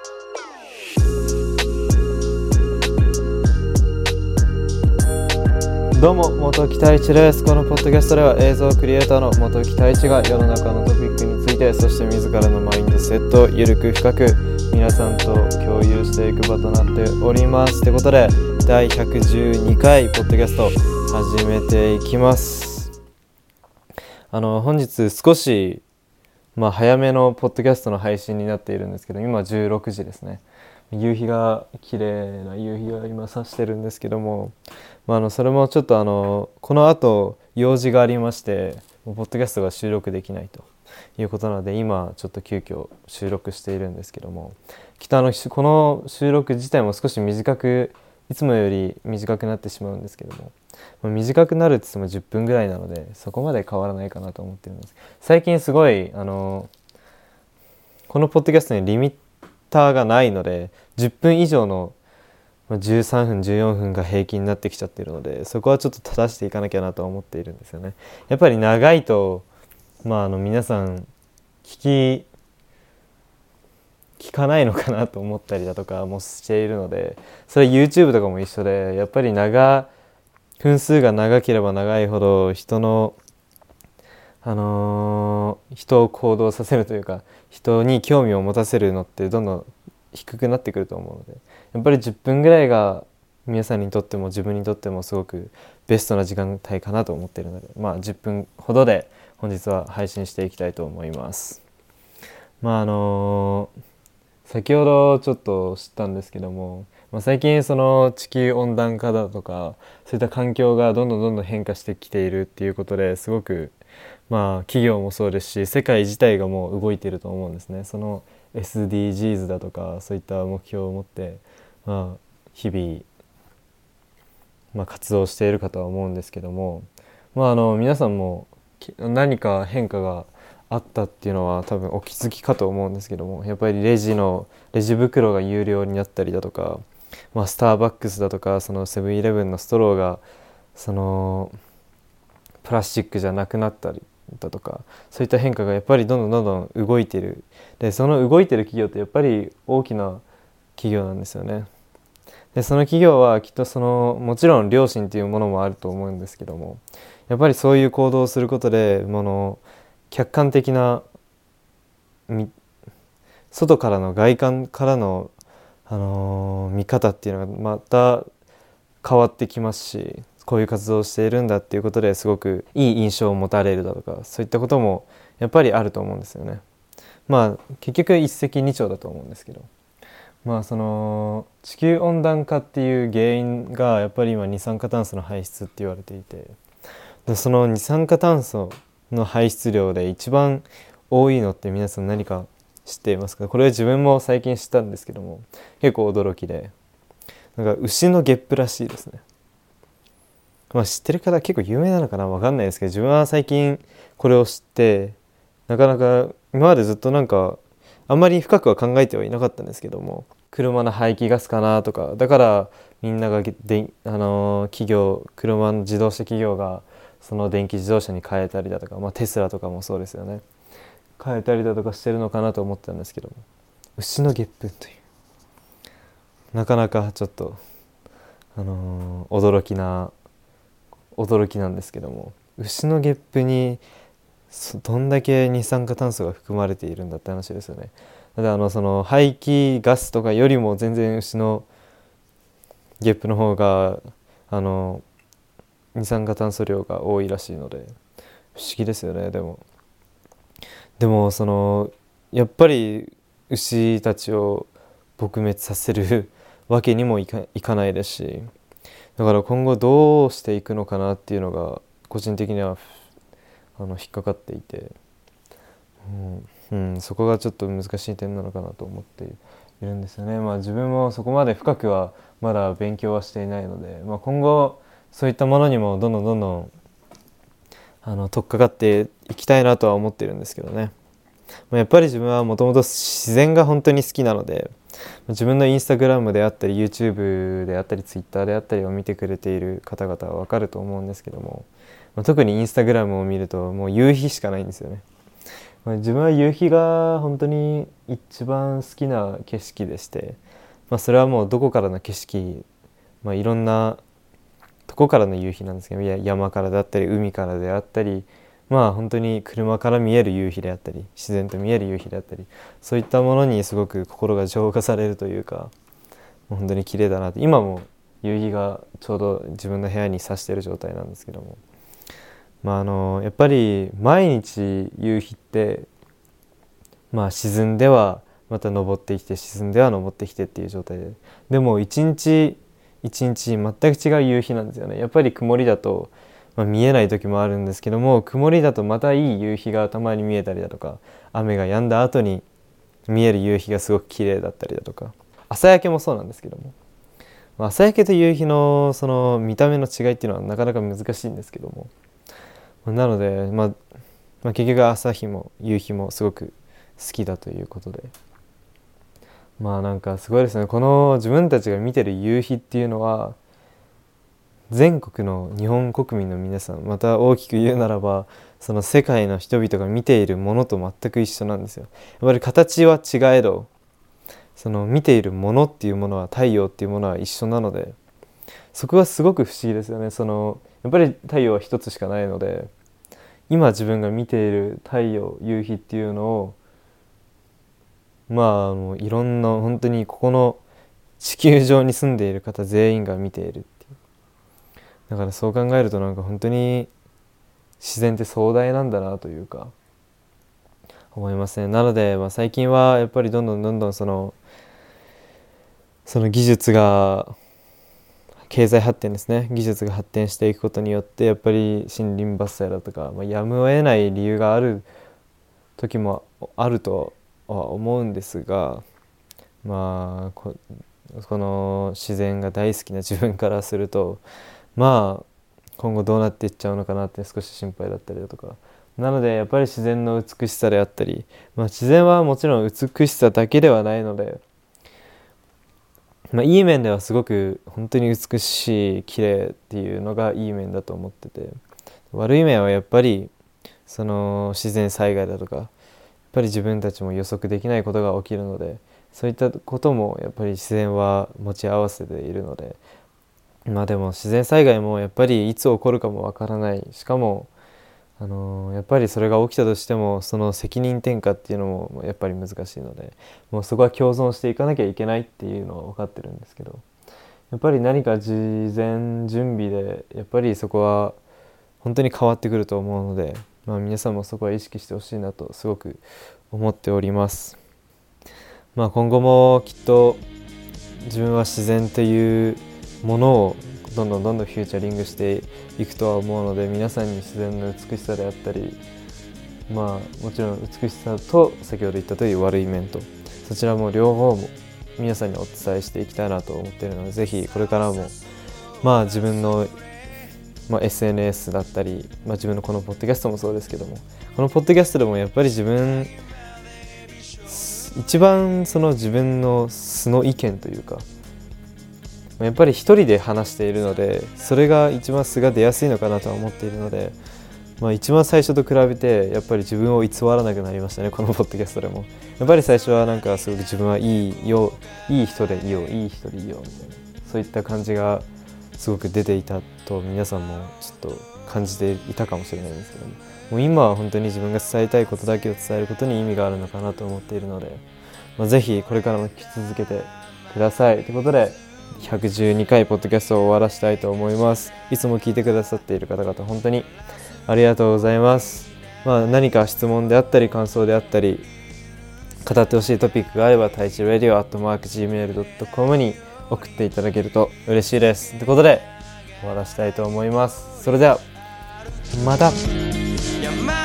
どうも元木太一です。このポッドキャストでは映像クリエイターの元木太一が世の中のトピックについて、そして自らのマインドセットをゆるく深く皆さんと共有していく場となっておりますということで、第112回ポッドキャスト始めていきます。本日少し早めのポッドキャストの配信になっているんですけど、今16時ですね。夕日が綺麗な夕日が今差してるんですけども、それもちょっとこの後用事がありまして、ポッドキャストが収録できないということなので、今ちょっと急遽収録しているんですけども、きっとこの収録自体も少しいつもより短くなってしまうんですけども、短くなるって言っても10分ぐらいなので、そこまで変わらないかなと思ってるんです。最近すごいこのポッドキャストにリミッターがないので、10分以上の13分14分が平均になってきちゃっているので、そこはちょっと正していかなきゃなと思っているんですよね。やっぱり長いと皆さん聞かないのかなと思ったりだとかもしているので、それは YouTube とかも一緒で、やっぱり分数が長ければ長いほど人を行動させるというか、人に興味を持たせるのってどんどん低くなってくると思うので、やっぱり10分ぐらいが皆さんにとっても自分にとってもすごくベストな時間帯かなと思っているので、10分ほどで本日は配信していきたいと思います。先ほどちょっと知ったんですけども、最近その地球温暖化だとか、そういった環境がどんどん変化してきているっていうことで、すごく企業もそうですし、世界自体がもう動いていると思うんですね。その SDGs だとかそういった目標を持って日々活動しているかとは思うんですけども、皆さんも何か変化があったっていうのは多分お気づきかと思うんですけども、やっぱりレジ袋が有料になったりだとか、スターバックスだとか、そのセブンイレブンのストローがそのプラスチックじゃなくなったりだとか、そういった変化がやっぱりどんどん動いている。でその動いている企業ってやっぱり大きな企業なんですよね。でその企業はきっともちろん良心というものもあると思うんですけども、やっぱりそういう行動をすることで客観的な外からの外観からの、見方っていうのがまた変わってきますし、こういう活動をしているんだっていうことですごくいい印象を持たれるだとか、そういったこともやっぱりあると思うんですよね。結局一石二鳥だと思うんですけど、その地球温暖化っていう原因がやっぱり今二酸化炭素の排出って言われていて、でその二酸化炭素の排出量で一番多いのって皆さん何か知っていますか？これは自分も最近知ったんですけども、結構驚きで、牛のゲップらしいですね。知ってる方結構有名なのかな、分かんないですけど、自分は最近これを知って、なかなか今までずっとあんまり深くは考えてはいなかったんですけども、車の排気ガスかなとか、だからみんなが自動車企業がその電気自動車に変えたりだとか、テスラとかもそうですよね、変えたりだとかしてるのかなと思ったんですけども、牛のゲップという、なかなかちょっと驚きなんですけども、牛のゲップにどんだけ二酸化炭素が含まれているんだって話ですよね。だってその排気ガスとかよりも全然牛のゲップの方が二酸化炭素量が多いらしいので、不思議ですよね。でもやっぱり牛たちを撲滅させるわけにもいかないですし、だから今後どうしていくのかなっていうのが個人的には引っかかっていて、そこがちょっと難しい点なのかなと思っているんですよね。自分もそこまで深くはまだ勉強はしていないので、今後そういったものにもどんどん取っかかっていきたいなとは思っているんですけどね。やっぱり自分はもともと自然が本当に好きなので、自分のインスタグラムであったり YouTube であったり Twitter であったりを見てくれている方々は分かると思うんですけども、特にインスタグラムを見るともう夕日しかないんですよね。 自分は夕日が本当に一番好きな景色でして、それはもうどこからの景色、いろんなとこからの夕日なんですけど、山からであったり海からであったり、本当に車から見える夕日であったり自然と見える夕日であったり、そういったものにすごく心が浄化されるというか、もう本当に綺麗だなって。今も夕日がちょうど自分の部屋に差している状態なんですけども、やっぱり毎日夕日って、沈んではまた昇ってきて沈んでは昇ってきてっていう状態で、でも一日一日全く違う夕日なんですよね。やっぱり曇りだと、見えない時もあるんですけども、曇りだとまたいい夕日がたまに見えたりだとか、雨が止んだ後に見える夕日がすごく綺麗だったりだとか、朝焼けもそうなんですけども、朝焼けと夕日のその見た目の違いっていうのはなかなか難しいんですけども、なので、結局朝日も夕日もすごく好きだということで、なんかすごいですね。この自分たちが見てる夕日っていうのは、全国の日本国民の皆さん、また大きく言うならばその世界の人々が見ているものと全く一緒なんですよ。やっぱり形は違えど、その見ているものっていうものは、太陽っていうものは一緒なので、そこがすごく不思議ですよね。やっぱり太陽は一つしかないので、今自分が見ている太陽夕日っていうのを、もういろんな本当にここの地球上に住んでいる方全員が見ているっていう。だからそう考えるとなんか本当に自然って壮大なんだなというか思いますね。なので、最近はやっぱりどんどんその技術が、経済発展ですね、技術が発展していくことによって、やっぱり森林伐採だとか、やむを得ない理由がある時もあるとは思うんですが、この自然が大好きな自分からすると、今後どうなっていっちゃうのかなって少し心配だったりだとか。なのでやっぱり自然の美しさであったり、自然はもちろん美しさだけではないので、いい面ではすごく本当に美しい綺麗っていうのがいい面だと思ってて、悪い面はやっぱりその自然災害だとか、やっぱり自分たちも予測できないことが起きるので、そういったこともやっぱり自然は持ち合わせているので、でも自然災害もやっぱりいつ起こるかもわからない。しかもやっぱりそれが起きたとしても、その責任転嫁っていうのもやっぱり難しいので、もうそこは共存していかなきゃいけないっていうのは分かってるんですけど、やっぱり何か事前準備でやっぱりそこは本当に変わってくると思うので、皆さんもそこは意識してほしいなとすごく思っております。今後もきっと自分は自然というものをどんどんフューチャリングしていくとは思うので、皆さんに自然の美しさであったり、もちろん美しさと先ほど言ったという悪い面と、そちらも両方も皆さんにお伝えしていきたいなと思っているので、ぜひこれからも自分の、SNS だったり、自分のこのポッドキャストもそうですけども、このポッドキャストでもやっぱり一番その自分の素の意見というか、やっぱり一人で話しているので、それが一番素が出やすいのかなとは思っているので、一番最初と比べてやっぱり自分を偽らなくなりましたね、このポッドキャストでも。やっぱり最初はなんかすごく自分はいいよ、いい人でいいよ、いい人でいいよみたいな、そういった感じがすごく出ていたと皆さんもちょっと感じていたかもしれないんですけども、う今は本当に自分が伝えたいことだけを伝えることに意味があるのかなと思っているので、ぜひこれからも聞き続けてくださいということで、112回ポッドキャストを終わらせたいと思います。いつも聞いてくださっている方々本当にありがとうございます。何か質問であったり感想であったり語ってほしいトピックがあれば、太一radio@gmail.com に送っていただけると嬉しいです。ということで終わらせたいと思います。それではまた。